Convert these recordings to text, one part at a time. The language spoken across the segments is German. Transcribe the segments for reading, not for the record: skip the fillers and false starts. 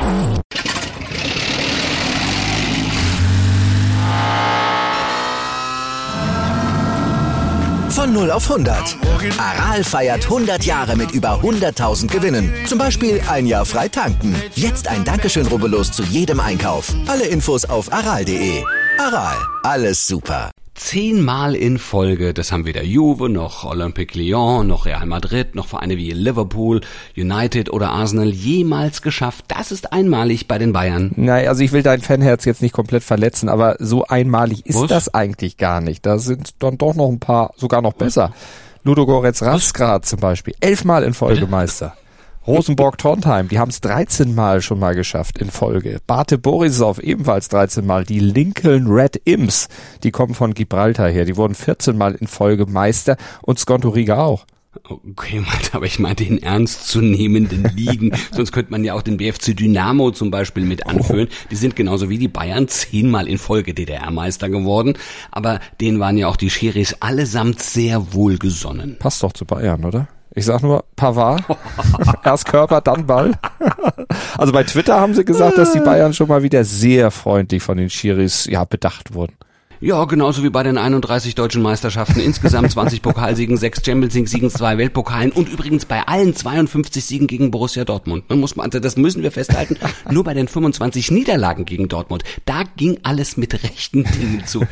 Von 0 auf 100. Aral feiert 100 Jahre mit über 100.000 Gewinnen. Zum Beispiel ein Jahr frei tanken. Jetzt ein Dankeschön, rubbellos zu jedem Einkauf. Alle Infos auf aral.de. Aral, alles super. 10-mal in Folge, das haben weder Juve noch Olympique Lyon noch Real Madrid noch Vereine wie Liverpool, United oder Arsenal jemals geschafft. Das ist einmalig bei den Bayern. Naja, also ich will dein Fanherz jetzt nicht komplett verletzen, aber so einmalig ist das eigentlich gar nicht. Da sind dann doch noch ein paar, sogar noch besser. Ludogorets Razgrad zum Beispiel, 11-mal in Folge Meister. Rosenborg Trondheim, die haben es 13 Mal schon mal geschafft in Folge. Bate Borisov ebenfalls 13 Mal. Die Lincoln Red Imps, die kommen von Gibraltar her, die wurden 14 Mal in Folge Meister und Skonto Riga auch. Okay, aber ich meinte in ernstzunehmenden Ligen. Sonst könnte man ja auch den BFC Dynamo zum Beispiel mit anführen. Die sind genauso wie die Bayern 10-mal in Folge DDR-Meister geworden. Aber denen waren ja auch die Schiris allesamt sehr wohlgesonnen. Passt doch zu Bayern, oder? Ich sag nur Pavard, erst Körper, dann Ball. Also bei Twitter haben sie gesagt, dass die Bayern schon mal wieder sehr freundlich von den Schiris bedacht wurden. Ja, genauso wie bei den 31 deutschen Meisterschaften. Insgesamt 20 Pokalsiegen, 6 Champions League Siegen, 2 Weltpokalen und übrigens bei allen 52 Siegen gegen Borussia Dortmund. Das müssen wir festhalten. Nur bei den 25 Niederlagen gegen Dortmund, da ging alles mit rechten Dingen zu.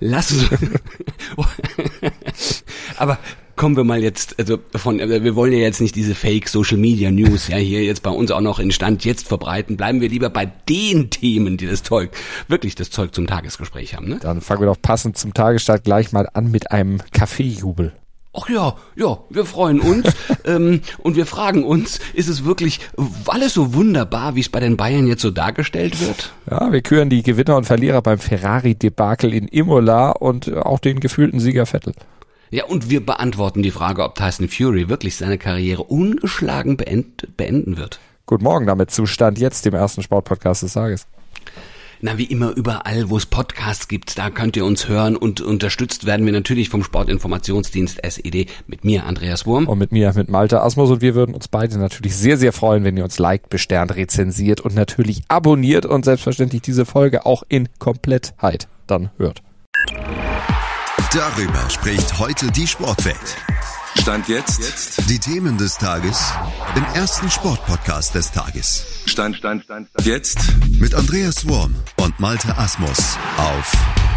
Aber kommen wir mal jetzt, wir wollen ja jetzt nicht diese Fake-Social-Media-News hier jetzt bei uns auch noch in Stand jetzt verbreiten. Bleiben wir lieber bei den Themen, die das Zeug zum Tagesgespräch haben, ne? Dann fangen wir doch passend zum Tagesstart gleich mal an mit einem Kaffeejubel. Ach ja, wir freuen uns und wir fragen uns, ist es wirklich alles so wunderbar, wie es bei den Bayern jetzt so dargestellt wird? Ja, wir küren die Gewinner und Verlierer beim Ferrari-Debakel in Imola und auch den gefühlten Sieger Vettel. Ja, und wir beantworten die Frage, ob Tyson Fury wirklich seine Karriere ungeschlagen beenden wird. Guten Morgen, damit Zustand jetzt, dem ersten Sportpodcast des Tages. Na, wie immer überall, wo es Podcasts gibt, da könnt ihr uns hören und unterstützt werden wir natürlich vom Sportinformationsdienst SED mit mir, Andreas Wurm. Und mit mir, mit Malte Asmus, und wir würden uns beide natürlich sehr, sehr freuen, wenn ihr uns liked, besternt, rezensiert und natürlich abonniert und selbstverständlich diese Folge auch in Komplettheit dann hört. Darüber spricht heute die Sportwelt. Stand jetzt. Die Themen des Tages im ersten Sportpodcast des Tages. Stand jetzt. Mit Andreas Wurm und Malte Asmus auf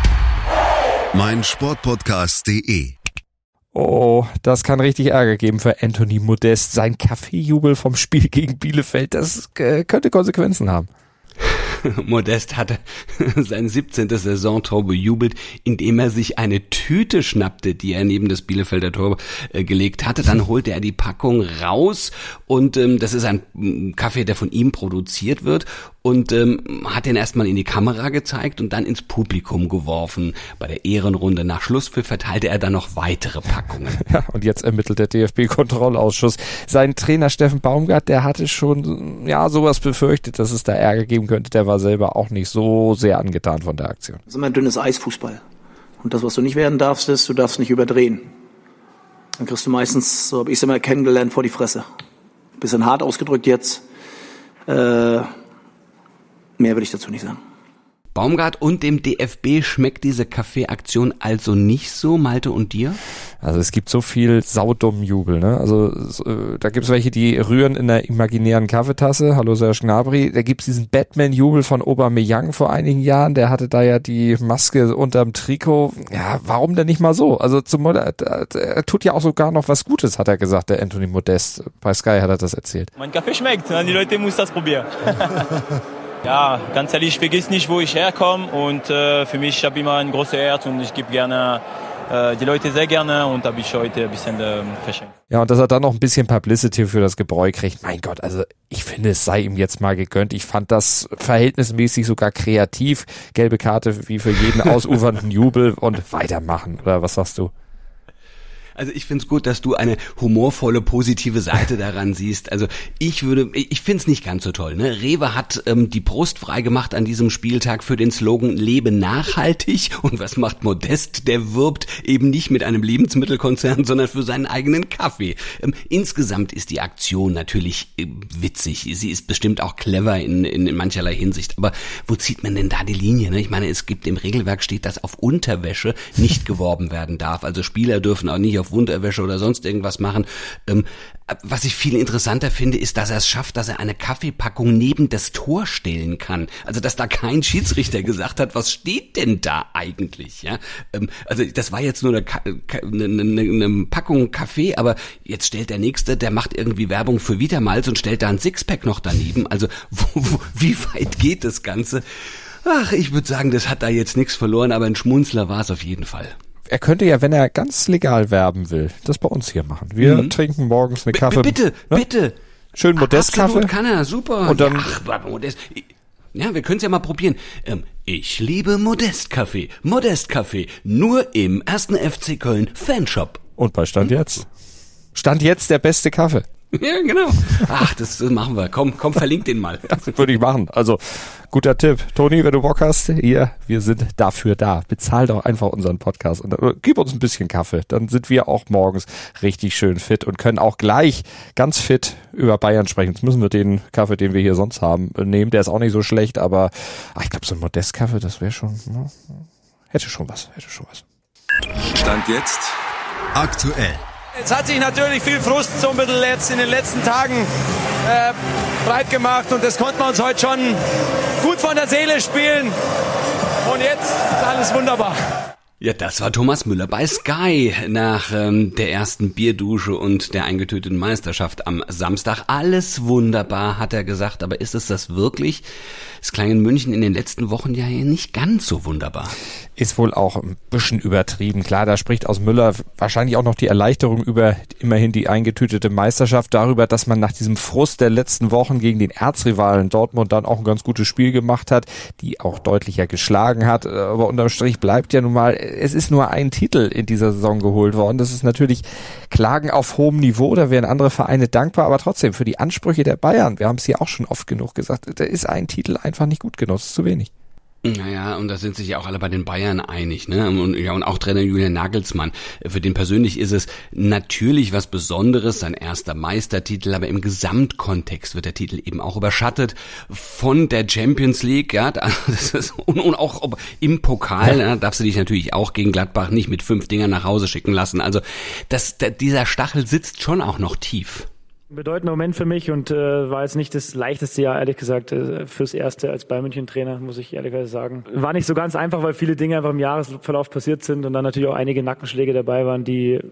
meinsportpodcast.de. Oh, das kann richtig Ärger geben für Anthony Modest. Sein Kaffeejubel vom Spiel gegen Bielefeld, das könnte Konsequenzen haben. Modest hatte sein 17. Saisontor bejubelt, indem er sich eine Tüte schnappte, die er neben das Bielefelder Tor gelegt hatte. Dann holte er die Packung raus und das ist ein Kaffee, der von ihm produziert wird und hat den erstmal in die Kamera gezeigt und dann ins Publikum geworfen. Bei der Ehrenrunde nach Schlusspfiff verteilte er dann noch weitere Packungen. Ja, und jetzt ermittelt der DFB-Kontrollausschuss. Sein Trainer Steffen Baumgart, der hatte schon sowas befürchtet, dass es da Ärger geben könnte. Der war selber auch nicht so sehr angetan von der Aktion. Das ist immer dünnes Eisfußball. Und das, was du nicht werden darfst, ist, du darfst nicht überdrehen. Dann kriegst du meistens, so habe ich es immer kennengelernt, vor die Fresse. Bisschen hart ausgedrückt jetzt. Mehr will ich dazu nicht sagen. Baumgart und dem DFB schmeckt diese Kaffeeaktion also nicht so, Malte, und dir? Also es gibt so viel saudummen Jubel, ne? Also da gibt's welche, die rühren in der imaginären Kaffeetasse. Hallo Serge Gnabry. Da gibt's diesen Batman-Jubel von Aubameyang vor einigen Jahren. Der hatte da ja die Maske unterm Trikot. Ja, warum denn nicht mal so? Also er tut ja auch sogar noch was Gutes, hat er gesagt, der Anthony Modest. Bei Sky hat er das erzählt. Mein Kaffee schmeckt, die Leute müssen das probieren. Ja, ganz ehrlich, ich vergesse nicht, wo ich herkomme und für mich habe ich immer ein großes Herz und ich gebe gerne die Leute sehr gerne und habe ich heute ein bisschen verschenkt. Ja, und dass er dann noch ein bisschen Publicity für das Gebräu kriegt, mein Gott, also ich finde, es sei ihm jetzt mal gegönnt. Ich fand das verhältnismäßig sogar kreativ. Gelbe Karte wie für jeden ausufernden Jubel und weitermachen, oder was sagst du? Also ich find's gut, dass du eine humorvolle, positive Seite daran siehst. Also ich find's nicht ganz so toll. Ne? Rewe hat die Brust freigemacht an diesem Spieltag für den Slogan Lebe nachhaltig. Und was macht Modest? Der wirbt eben nicht mit einem Lebensmittelkonzern, sondern für seinen eigenen Kaffee. Insgesamt ist die Aktion natürlich witzig. Sie ist bestimmt auch clever in mancherlei Hinsicht. Aber wo zieht man denn da die Linie? Ne? Ich meine, es gibt im Regelwerk steht, dass auf Unterwäsche nicht geworben werden darf. Also Spieler dürfen auch nicht auf Unterwäsche oder sonst irgendwas machen. Was ich viel interessanter finde, ist, dass er es schafft, dass er eine Kaffeepackung neben das Tor stellen kann. Also, dass da kein Schiedsrichter gesagt hat, was steht denn da eigentlich? Ja, also das war jetzt nur eine Packung Kaffee, aber jetzt stellt der Nächste, der macht irgendwie Werbung für Vitamals und stellt da ein Sixpack noch daneben. Also, wie weit geht das Ganze? Ach, ich würde sagen, das hat da jetzt nichts verloren, aber ein Schmunzler war es auf jeden Fall. Er könnte ja, wenn er ganz legal werben will, das bei uns hier machen. Wir trinken morgens eine Kaffee. Bitte. Schön Modest-Kaffee. Absolut kann er, super. Und dann, Modest. Ja, wir können es ja mal probieren. Ich liebe Modest-Kaffee. Modest-Kaffee. Nur im 1. FC Köln Fanshop. Und bei Stand jetzt. Stand jetzt der beste Kaffee. Ja, genau. Ach, das machen wir. Komm, verlink den mal. Das würde ich machen. Also, guter Tipp. Toni, wenn du Bock hast, hier, wir sind dafür da. Bezahl doch einfach unseren Podcast und gib uns ein bisschen Kaffee. Dann sind wir auch morgens richtig schön fit und können auch gleich ganz fit über Bayern sprechen. Jetzt müssen wir den Kaffee, den wir hier sonst haben, nehmen. Der ist auch nicht so schlecht, aber ich glaube, so ein Modest-Kaffee, das wäre schon, hätte schon was. Stand jetzt aktuell. Jetzt hat sich natürlich viel Frust so ein bisschen jetzt in den letzten Tagen breit gemacht und das konnten wir uns heute schon gut von der Seele spielen und jetzt ist alles wunderbar. Ja, das war Thomas Müller bei Sky nach der ersten Bierdusche und der eingetüteten Meisterschaft am Samstag. Alles wunderbar, hat er gesagt, aber ist es das wirklich? Es klang in München in den letzten Wochen ja nicht ganz so wunderbar. Ist wohl auch ein bisschen übertrieben. Klar, da spricht aus Müller wahrscheinlich auch noch die Erleichterung über immerhin die eingetütete Meisterschaft, darüber, dass man nach diesem Frust der letzten Wochen gegen den Erzrivalen Dortmund dann auch ein ganz gutes Spiel gemacht hat, die auch deutlicher geschlagen hat. Aber unterm Strich bleibt ja nun mal, es ist nur ein Titel in dieser Saison geholt worden. Das ist natürlich Klagen auf hohem Niveau, da wären andere Vereine dankbar, aber trotzdem für die Ansprüche der Bayern, wir haben es hier auch schon oft genug gesagt, da ist ein Titel einfach nicht gut genug, das ist zu wenig. Naja, und da sind sich ja auch alle bei den Bayern einig, ne? Und auch Trainer Julian Nagelsmann. Für den persönlich ist es natürlich was Besonderes, sein erster Meistertitel, aber im Gesamtkontext wird der Titel eben auch überschattet von der Champions League, ja, das ist, und auch im Pokal, ja. Darfst du dich natürlich auch gegen Gladbach nicht mit 5 Dingern nach Hause schicken lassen. Also dieser Stachel sitzt schon auch noch tief. Ein bedeutender Moment für mich und war jetzt nicht das leichteste Jahr, ehrlich gesagt, fürs Erste als Bayern-München-Trainer, muss ich ehrlicherweise sagen. War nicht so ganz einfach, weil viele Dinge einfach im Jahresverlauf passiert sind und dann natürlich auch einige Nackenschläge dabei waren, die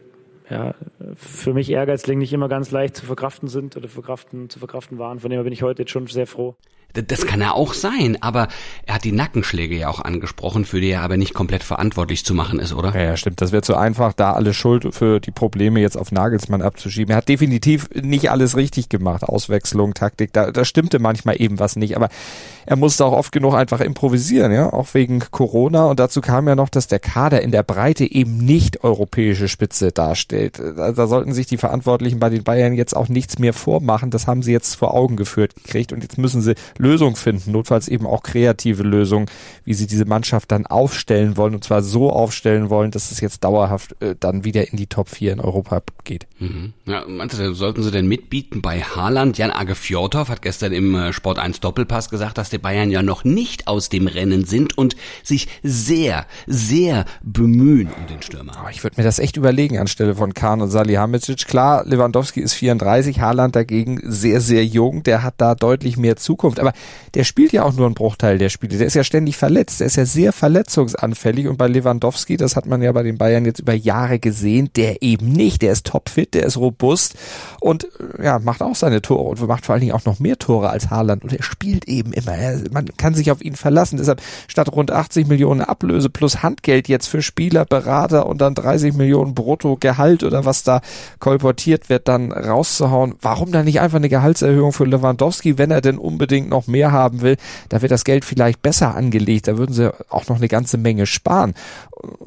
für mich ehrgeizlich nicht immer ganz leicht zu verkraften sind oder zu verkraften waren. Von dem her bin ich heute jetzt schon sehr froh. Das kann er auch sein, aber er hat die Nackenschläge ja auch angesprochen, für die er aber nicht komplett verantwortlich zu machen ist, oder? Ja, stimmt. Das wäre zu einfach, da alle Schuld für die Probleme jetzt auf Nagelsmann abzuschieben. Er hat definitiv nicht alles richtig gemacht. Auswechslung, Taktik, da stimmte manchmal eben was nicht. Aber er musste auch oft genug einfach improvisieren, ja, auch wegen Corona. Und dazu kam ja noch, dass der Kader in der Breite eben nicht europäische Spitze darstellt. Da sollten sich die Verantwortlichen bei den Bayern jetzt auch nichts mehr vormachen. Das haben sie jetzt vor Augen geführt gekriegt. Und jetzt müssen sie Lösung finden, notfalls eben auch kreative Lösungen, wie sie diese Mannschaft dann aufstellen wollen und zwar so aufstellen wollen, dass es jetzt dauerhaft dann wieder in die Top 4 in Europa geht. Mhm. Ja, meinst du, sollten sie denn mitbieten bei Haaland? Jan-Age Fjordhoff hat gestern im Sport 1 Doppelpass gesagt, dass die Bayern ja noch nicht aus dem Rennen sind und sich sehr, sehr bemühen um den Stürmer. Ich würde mir das echt überlegen anstelle von Kahn und Salihamidzic. Klar, Lewandowski ist 34, Haaland dagegen sehr, sehr jung, der hat da deutlich mehr Zukunft, aber der spielt ja auch nur einen Bruchteil der Spiele. Der ist ja ständig verletzt. Der ist ja sehr verletzungsanfällig. Und bei Lewandowski, das hat man ja bei den Bayern jetzt über Jahre gesehen, der eben nicht. Der ist topfit, der ist robust und ja, macht auch seine Tore und macht vor allen Dingen auch noch mehr Tore als Haaland. Und er spielt eben immer. Man kann sich auf ihn verlassen. Deshalb statt rund 80 Millionen Ablöse plus Handgeld jetzt für Spieler, Berater und dann 30 Millionen Bruttogehalt oder was da kolportiert wird, dann rauszuhauen. Warum dann nicht einfach eine Gehaltserhöhung für Lewandowski, wenn er denn unbedingt noch mehr haben will? Da wird das Geld vielleicht besser angelegt. Da würden sie auch noch eine ganze Menge sparen.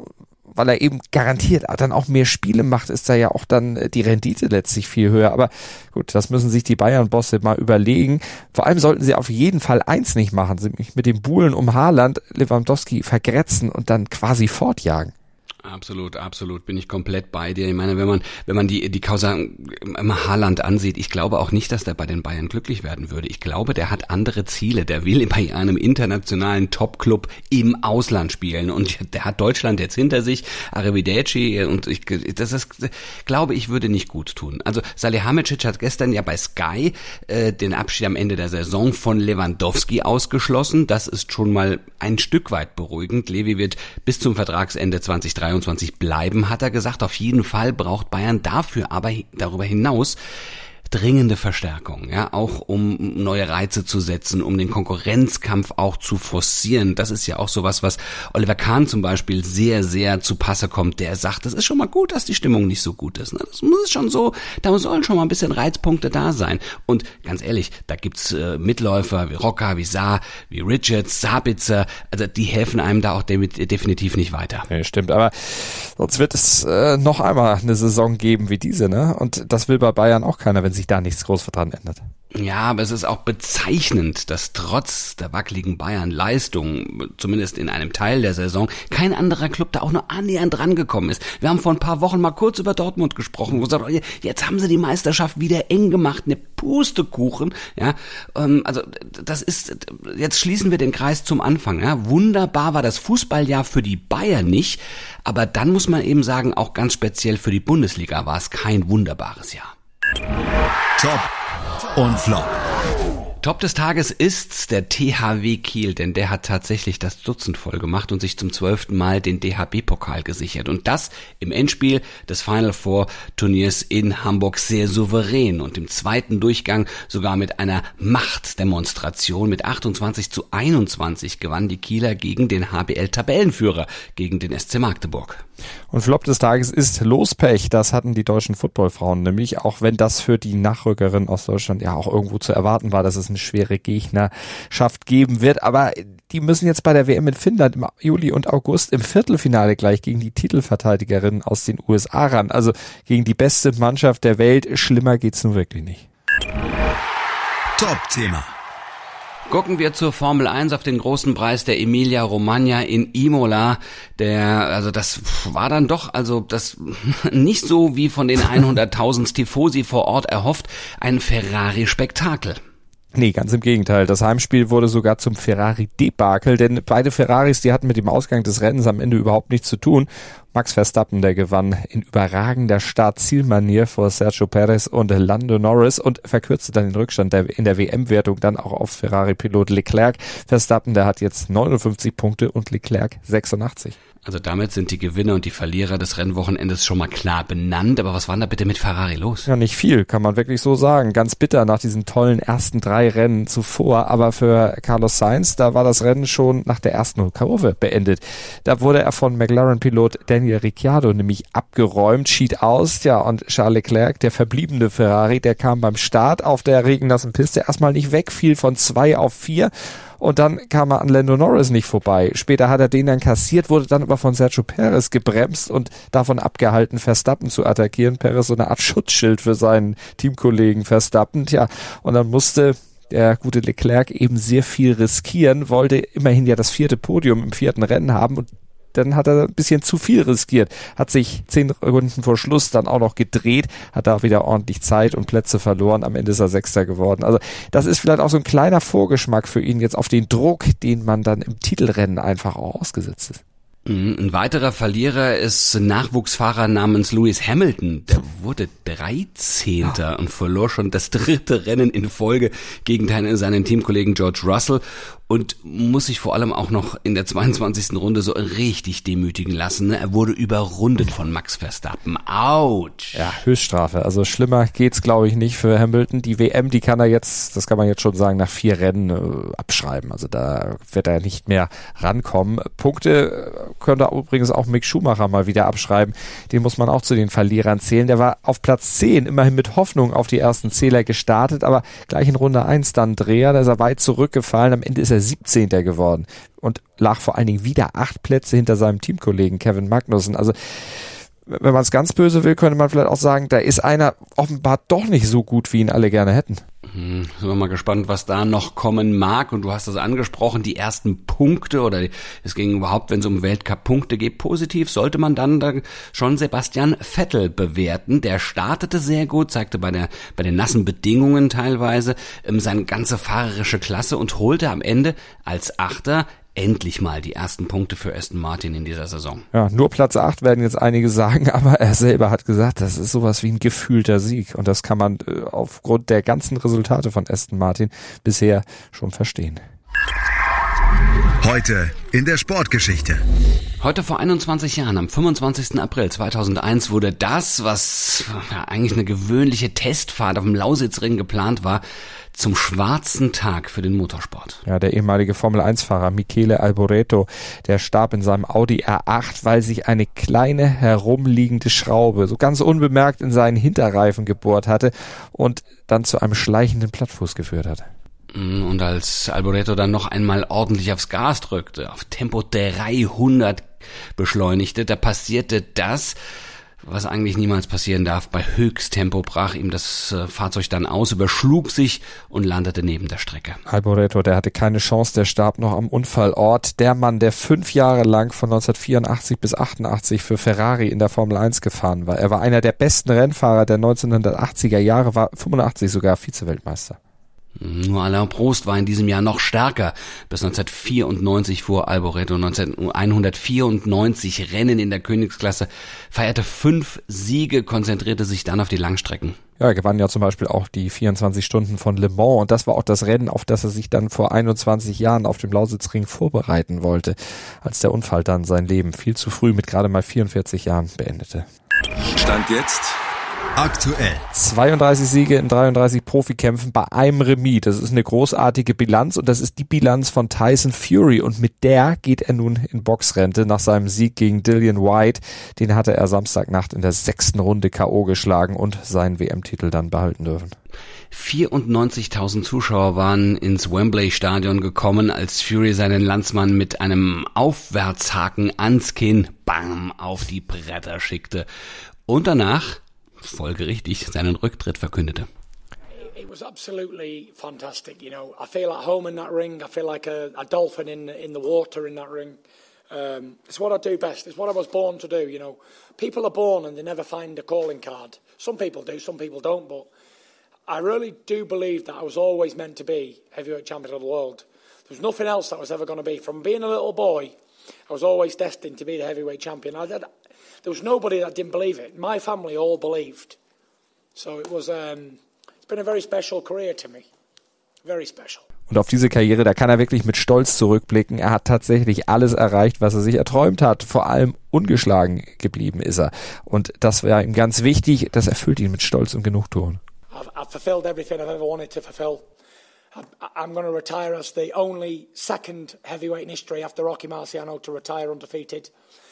weil er eben garantiert dann auch mehr Spiele macht, ist da ja auch dann die Rendite letztlich viel höher. Aber gut, das müssen sich die Bayern-Bosse mal überlegen. Vor allem sollten sie auf jeden Fall eins nicht machen, nämlich mit dem Buhlen um Haaland Lewandowski vergrätzen und dann quasi fortjagen. Absolut, bin ich komplett bei dir. Ich meine, wenn man die Causa Haaland ansieht, ich glaube auch nicht, dass der bei den Bayern glücklich werden würde. Ich glaube, der hat andere Ziele. Der will bei einem internationalen Top-Club im Ausland spielen und der hat Deutschland jetzt hinter sich. Arrivederci und glaube ich, würde nicht gut tun. Also Salihamidzic hat gestern ja bei Sky den Abschied am Ende der Saison von Lewandowski ausgeschlossen. Das ist schon mal ein Stück weit beruhigend. Levi wird bis zum Vertragsende 2023 bleiben, hat er gesagt. Auf jeden Fall braucht Bayern dafür aber darüber hinaus dringende Verstärkung, ja, auch um neue Reize zu setzen, um den Konkurrenzkampf auch zu forcieren. Das ist ja auch sowas, was Oliver Kahn zum Beispiel sehr, sehr zu Passe kommt. Der sagt, das ist schon mal gut, dass die Stimmung nicht so gut ist. Ne? Das muss schon so, da sollen schon mal ein bisschen Reizpunkte da sein. Und ganz ehrlich, da gibt's Mitläufer wie Roca, wie Saar, wie Richards, Sabitzer, also die helfen einem da auch definitiv nicht weiter. Nee, stimmt, aber sonst wird es noch einmal eine Saison geben wie diese, ne? Und das will bei Bayern auch keiner, wenn sich da nichts groß dran ändert. Ja, aber es ist auch bezeichnend, dass trotz der wackeligen Bayern-Leistung, zumindest in einem Teil der Saison, kein anderer Club da auch nur annähernd rangekommen ist. Wir haben vor ein paar Wochen mal kurz über Dortmund gesprochen, wo gesagt, jetzt haben sie die Meisterschaft wieder eng gemacht, eine Pustekuchen. Ja, also das ist, jetzt schließen wir den Kreis zum Anfang. Ja, wunderbar war das Fußballjahr für die Bayern nicht, aber dann muss man eben sagen, auch ganz speziell für die Bundesliga war es kein wunderbares Jahr. Top und Flop. Top des Tages ist der THW Kiel, denn der hat tatsächlich das Dutzend voll gemacht und sich zum 12. Mal den DHB-Pokal gesichert. Und das im Endspiel des Final Four Turniers in Hamburg sehr souverän und im zweiten Durchgang sogar mit einer Machtdemonstration. Mit 28:21 gewann die Kieler gegen den HBL-Tabellenführer, gegen den SC Magdeburg. Und Flop des Tages ist Lospech. Das hatten die deutschen Footballfrauen nämlich, auch wenn das für die Nachrückerin aus Deutschland ja auch irgendwo zu erwarten war, dass es eine schwere Gegnerschaft geben wird. Aber die müssen jetzt bei der WM in Finnland im Juli und August im Viertelfinale gleich gegen die Titelverteidigerinnen aus den USA ran. Also gegen die beste Mannschaft der Welt. Schlimmer geht's nun wirklich nicht. Top-Thema. Gucken wir zur Formel 1 auf den großen Preis der Emilia Romagna in Imola. Das war dann doch, das nicht so wie von den 100.000 Tifosi vor Ort erhofft, ein Ferrari-Spektakel. Nee, ganz im Gegenteil. Das Heimspiel wurde sogar zum Ferrari-Debakel, denn beide Ferraris, die hatten mit dem Ausgang des Rennens am Ende überhaupt nichts zu tun. Max Verstappen, der gewann in überragender Start-Ziel-Manier vor Sergio Perez und Lando Norris und verkürzte dann den Rückstand in der WM-Wertung dann auch auf Ferrari-Pilot Leclerc. Verstappen, der hat jetzt 59 Punkte und Leclerc 86. Also damit sind die Gewinner und die Verlierer des Rennwochenendes schon mal klar benannt. Aber was war denn da bitte mit Ferrari los? Ja, nicht viel, kann man wirklich so sagen. Ganz bitter nach diesen tollen ersten 3 Rennen zuvor. Aber für Carlos Sainz, da war das Rennen schon nach der ersten Kurve beendet. Da wurde er von McLaren-Pilot Daniel Ricciardo nämlich abgeräumt, schied aus. Ja, und Charles Leclerc, der verbliebene Ferrari, der kam beim Start auf der regennassen Piste erstmal nicht weg, fiel von 2 auf 4. Und dann kam er an Lando Norris nicht vorbei. Später hat er den dann kassiert, wurde dann aber von Sergio Perez gebremst und davon abgehalten, Verstappen zu attackieren. Perez so eine Art Schutzschild für seinen Teamkollegen Verstappen. Tja, und dann musste der gute Leclerc eben sehr viel riskieren, wollte immerhin ja das 4. Podium im 4. Rennen haben und dann hat er ein bisschen zu viel riskiert, hat sich 10 Runden vor Schluss dann auch noch gedreht, hat da wieder ordentlich Zeit und Plätze verloren, am Ende ist er 6. geworden. Also das ist vielleicht auch so ein kleiner Vorgeschmack für ihn jetzt auf den Druck, den man dann im Titelrennen einfach auch ausgesetzt ist. Ein weiterer Verlierer ist Nachwuchsfahrer namens Lewis Hamilton. Der wurde 13. und verlor schon das 3. Rennen in Folge gegen seinen Teamkollegen George Russell und muss sich vor allem auch noch in der 22. Runde so richtig demütigen lassen. Er wurde überrundet von Max Verstappen. Autsch! Ja, Höchststrafe. Also schlimmer geht's, glaube ich, nicht für Hamilton. Die WM, die kann er jetzt, das kann man jetzt schon sagen, nach 4 Rennen abschreiben. Also da wird er nicht mehr rankommen. Punkte könnte übrigens auch Mick Schumacher mal wieder abschreiben. Den muss man auch zu den Verlierern zählen. Der war auf Platz 10, immerhin mit Hoffnung auf die ersten Zähler gestartet, aber gleich in Runde 1 dann Dreher, da ist er weit zurückgefallen. Am Ende ist er 17. geworden und lag vor allen Dingen wieder 8 Plätze hinter seinem Teamkollegen Kevin Magnussen. Also wenn man es ganz böse will, könnte man vielleicht auch sagen, da ist einer offenbar doch nicht so gut, wie ihn alle gerne hätten. Sind wir mal gespannt, was da noch kommen mag. Und du hast das angesprochen, die ersten Punkte oder es ging überhaupt, wenn es um Weltcup-Punkte geht, positiv, sollte man dann da schon Sebastian Vettel bewerten. Der startete sehr gut, zeigte bei den nassen Bedingungen teilweise seine ganze fahrerische Klasse und holte am Ende als Achter endlich mal die ersten Punkte für Aston Martin in dieser Saison. Ja, nur Platz 8 werden jetzt einige sagen, aber er selber hat gesagt, das ist sowas wie ein gefühlter Sieg und das kann man aufgrund der ganzen Resultate von Aston Martin bisher schon verstehen. Heute in der Sportgeschichte. Heute vor 21 Jahren, am 25. April 2001, wurde das, was eigentlich eine gewöhnliche Testfahrt auf dem Lausitzring geplant war, zum schwarzen Tag für den Motorsport. Ja, der ehemalige Formel-1-Fahrer Michele Alboreto, der starb in seinem Audi R8, weil sich eine kleine herumliegende Schraube so ganz unbemerkt in seinen Hinterreifen gebohrt hatte und dann zu einem schleichenden Plattfuß geführt hat. Und als Alboreto dann noch einmal ordentlich aufs Gas drückte, auf Tempo 300 beschleunigte, da passierte das, was eigentlich niemals passieren darf. Bei Höchsttempo brach ihm das Fahrzeug dann aus, überschlug sich und landete neben der Strecke. Alboreto, der hatte keine Chance, der starb noch am Unfallort. Der Mann, der 5 Jahre lang von 1984 bis 88 für Ferrari in der Formel 1 gefahren war. Er war einer der besten Rennfahrer der 1980er Jahre, war 85 sogar Vize-Weltmeister. Nur Alain Prost war in diesem Jahr noch stärker. Bis 1994 fuhr Alboreto 194 Rennen in der Königsklasse, feierte 5 Siege, konzentrierte sich dann auf die Langstrecken. Ja, er gewann ja zum Beispiel auch die 24 Stunden von Le Mans und das war auch das Rennen, auf das er sich dann vor 21 Jahren auf dem Lausitzring vorbereiten wollte, als der Unfall dann sein Leben viel zu früh mit gerade mal 44 Jahren beendete. Stand jetzt aktuell. 32 Siege in 33 Profikämpfen bei einem Remis. Das ist eine großartige Bilanz und das ist die Bilanz von Tyson Fury und mit der geht er nun in Boxrente nach seinem Sieg gegen Dillian Whyte. Den hatte er Samstagnacht in der 6. Runde K.O. geschlagen und seinen WM-Titel dann behalten dürfen. 94.000 Zuschauer waren ins Wembley-Stadion gekommen, als Fury seinen Landsmann mit einem Aufwärtshaken ans Kinn, bam, auf die Bretter schickte. Und danach folgerichtig seinen Rücktritt verkündete. It was absolutely fantastic, you know. I feel at home in that ring. I feel like a dolphin in the water in that ring. It's what I do best. It's what I was born to do, you know. People are born and they never find a calling card. Some people do, some people don't, but I really do believe that I was always meant to be heavyweight champion of the world. There was nothing else that I was ever going to be. From being a little boy, I was always destined to be the heavyweight champion. There was nobody that didn't believe it. My family all believed. So it was, it's been a very special career to me. Very special. Und auf diese Karriere, da kann er wirklich mit Stolz zurückblicken. Er hat tatsächlich alles erreicht, was er sich erträumt hat. Vor allem ungeschlagen geblieben ist er. Und das war ihm ganz wichtig. Das erfüllt ihn mit Stolz und Genugtuung. I've fulfilled everything I've ever wanted to fulfill. I'm going to retire as the only second heavyweight in history after Rocky Marciano to retire undefeated.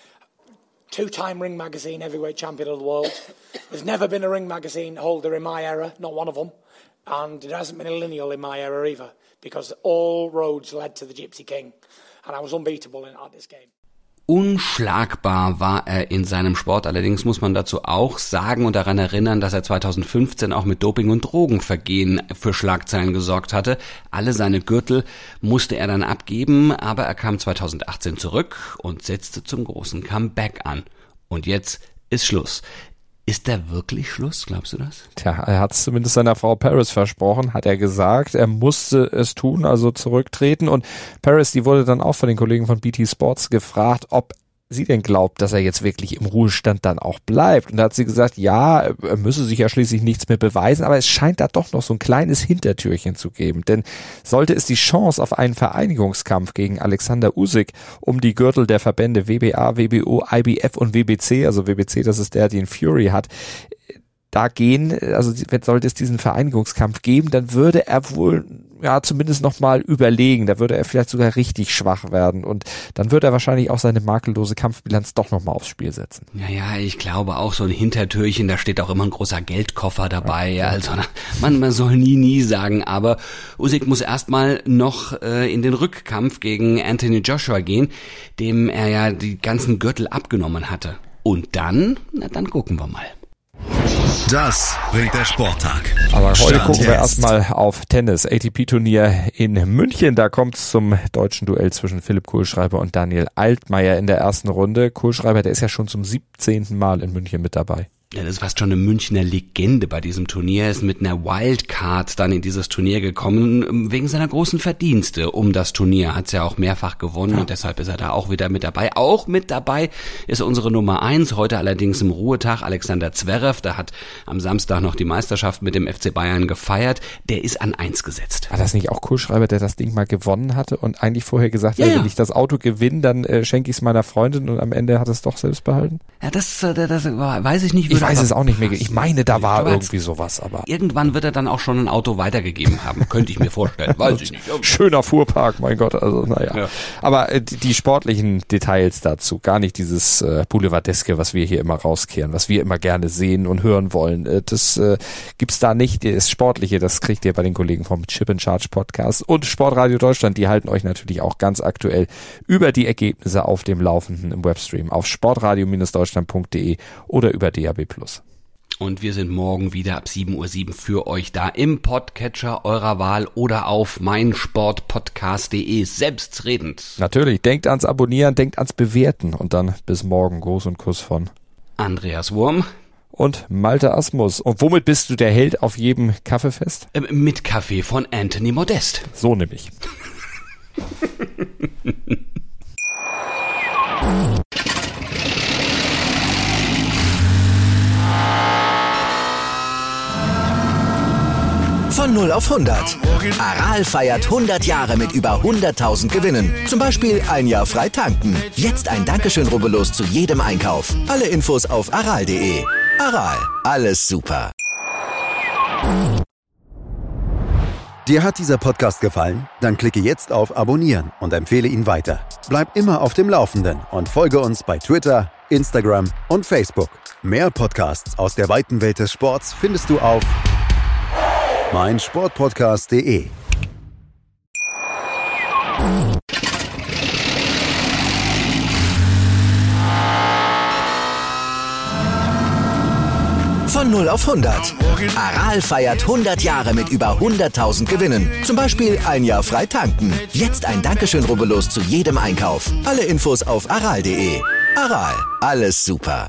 2-time Ring Magazine heavyweight champion of the world. There's never been a Ring Magazine holder in my era, not one of them. And there hasn't been a lineal in my era either, because all roads led to the Gypsy King. And I was unbeatable at this game. Unschlagbar war er in seinem Sport. Allerdings muss man dazu auch sagen und daran erinnern, dass er 2015 auch mit Doping- und Drogenvergehen für Schlagzeilen gesorgt hatte. Alle seine Gürtel musste er dann abgeben, aber er kam 2018 zurück und setzte zum großen Comeback an. Und jetzt ist Schluss. Ist da wirklich Schluss, glaubst du das? Tja, er hat es zumindest seiner Frau Paris versprochen, hat er gesagt. Er musste es tun, also zurücktreten. Und Paris, die wurde dann auch von den Kollegen von BT Sports gefragt, ob sie denn glaubt, dass er jetzt wirklich im Ruhestand dann auch bleibt. Und da hat sie gesagt, ja, er müsse sich ja schließlich nichts mehr beweisen, aber es scheint da doch noch so ein kleines Hintertürchen zu geben. Denn sollte es die Chance auf einen Vereinigungskampf gegen Alexander Usyk um die Gürtel der Verbände WBA, WBO, IBF und WBC, also WBC, das ist der, den Fury hat, da gehen, also sollte es diesen Vereinigungskampf geben, dann würde er wohl ja zumindest nochmal überlegen. Da würde er vielleicht sogar richtig schwach werden und dann wird er wahrscheinlich auch seine makellose Kampfbilanz doch nochmal aufs Spiel setzen. Ja, ich glaube auch so ein Hintertürchen, da steht auch immer ein großer Geldkoffer dabei. Ja. Also man soll nie sagen, aber Usyk muss erstmal noch in den Rückkampf gegen Anthony Joshua gehen, dem er ja die ganzen Gürtel abgenommen hatte. Und dann gucken wir mal. Das bringt der Sporttag. Aber heute gucken wir erstmal auf Tennis. ATP-Turnier in München. Da kommt es zum deutschen Duell zwischen Philipp Kohlschreiber und Daniel Altmaier in der ersten Runde. Kohlschreiber, der ist ja schon zum 17. Mal in München mit dabei. Ja, das ist fast schon eine Münchner Legende bei diesem Turnier. Er ist mit einer Wildcard dann in dieses Turnier gekommen, wegen seiner großen Verdienste um das Turnier. Hat's ja auch mehrfach gewonnen und deshalb ist er da auch wieder mit dabei. Auch mit dabei ist unsere Nummer 1, heute allerdings im Ruhetag, Alexander Zverev. Der hat am Samstag noch die Meisterschaft mit dem FC Bayern gefeiert. Der ist an 1 gesetzt. War das nicht auch Kohlschreiber, der das Ding mal gewonnen hatte und eigentlich vorher gesagt hat, wenn ich das Auto gewinne, dann schenke ich es meiner Freundin und am Ende hat es doch selbst behalten? Ja, das weiß ich nicht. Ich weiß es auch nicht mehr. Ich meine, da war irgendwie sowas, aber. Irgendwann wird er dann auch schon ein Auto weitergegeben haben. Könnte ich mir vorstellen. Weiß ich nicht. Schöner Fuhrpark, mein Gott. Also, naja. Ja. Aber die sportlichen Details dazu, gar nicht dieses Boulevardeske, was wir hier immer rauskehren, was wir immer gerne sehen und hören wollen. Das gibt's da nicht. Das Sportliche, das kriegt ihr bei den Kollegen vom Chip and Charge Podcast und Sportradio Deutschland. Die halten euch natürlich auch ganz aktuell über die Ergebnisse auf dem Laufenden im Webstream auf sportradio-deutschland.de oder über DAB+. Und wir sind morgen wieder ab 7:07 Uhr für euch da im Podcatcher eurer Wahl oder auf meinsportpodcast.de selbstredend. Natürlich, denkt ans Abonnieren, denkt ans Bewerten und dann bis morgen. Gruß und Kuss von Andreas Wurm und Malte Asmus. Und womit bist du der Held auf jedem Kaffeefest? Mit Kaffee von Anthony Modest. So nämlich. Von 0 auf 100. Aral feiert 100 Jahre mit über 100.000 Gewinnen. Zum Beispiel ein Jahr frei tanken. Jetzt ein Dankeschön, rubbellos zu jedem Einkauf. Alle Infos auf aral.de. Aral, alles super. Dir hat dieser Podcast gefallen? Dann klicke jetzt auf Abonnieren und empfehle ihn weiter. Bleib immer auf dem Laufenden und folge uns bei Twitter, Instagram und Facebook. Mehr Podcasts aus der weiten Welt des Sports findest du auf meinsportpodcast.de. Von 0 auf 100. Aral feiert 100 Jahre mit über 100.000 Gewinnen. Zum Beispiel ein Jahr frei tanken. Jetzt ein Dankeschön, rubbellos zu jedem Einkauf. Alle Infos auf aral.de. Aral, alles super.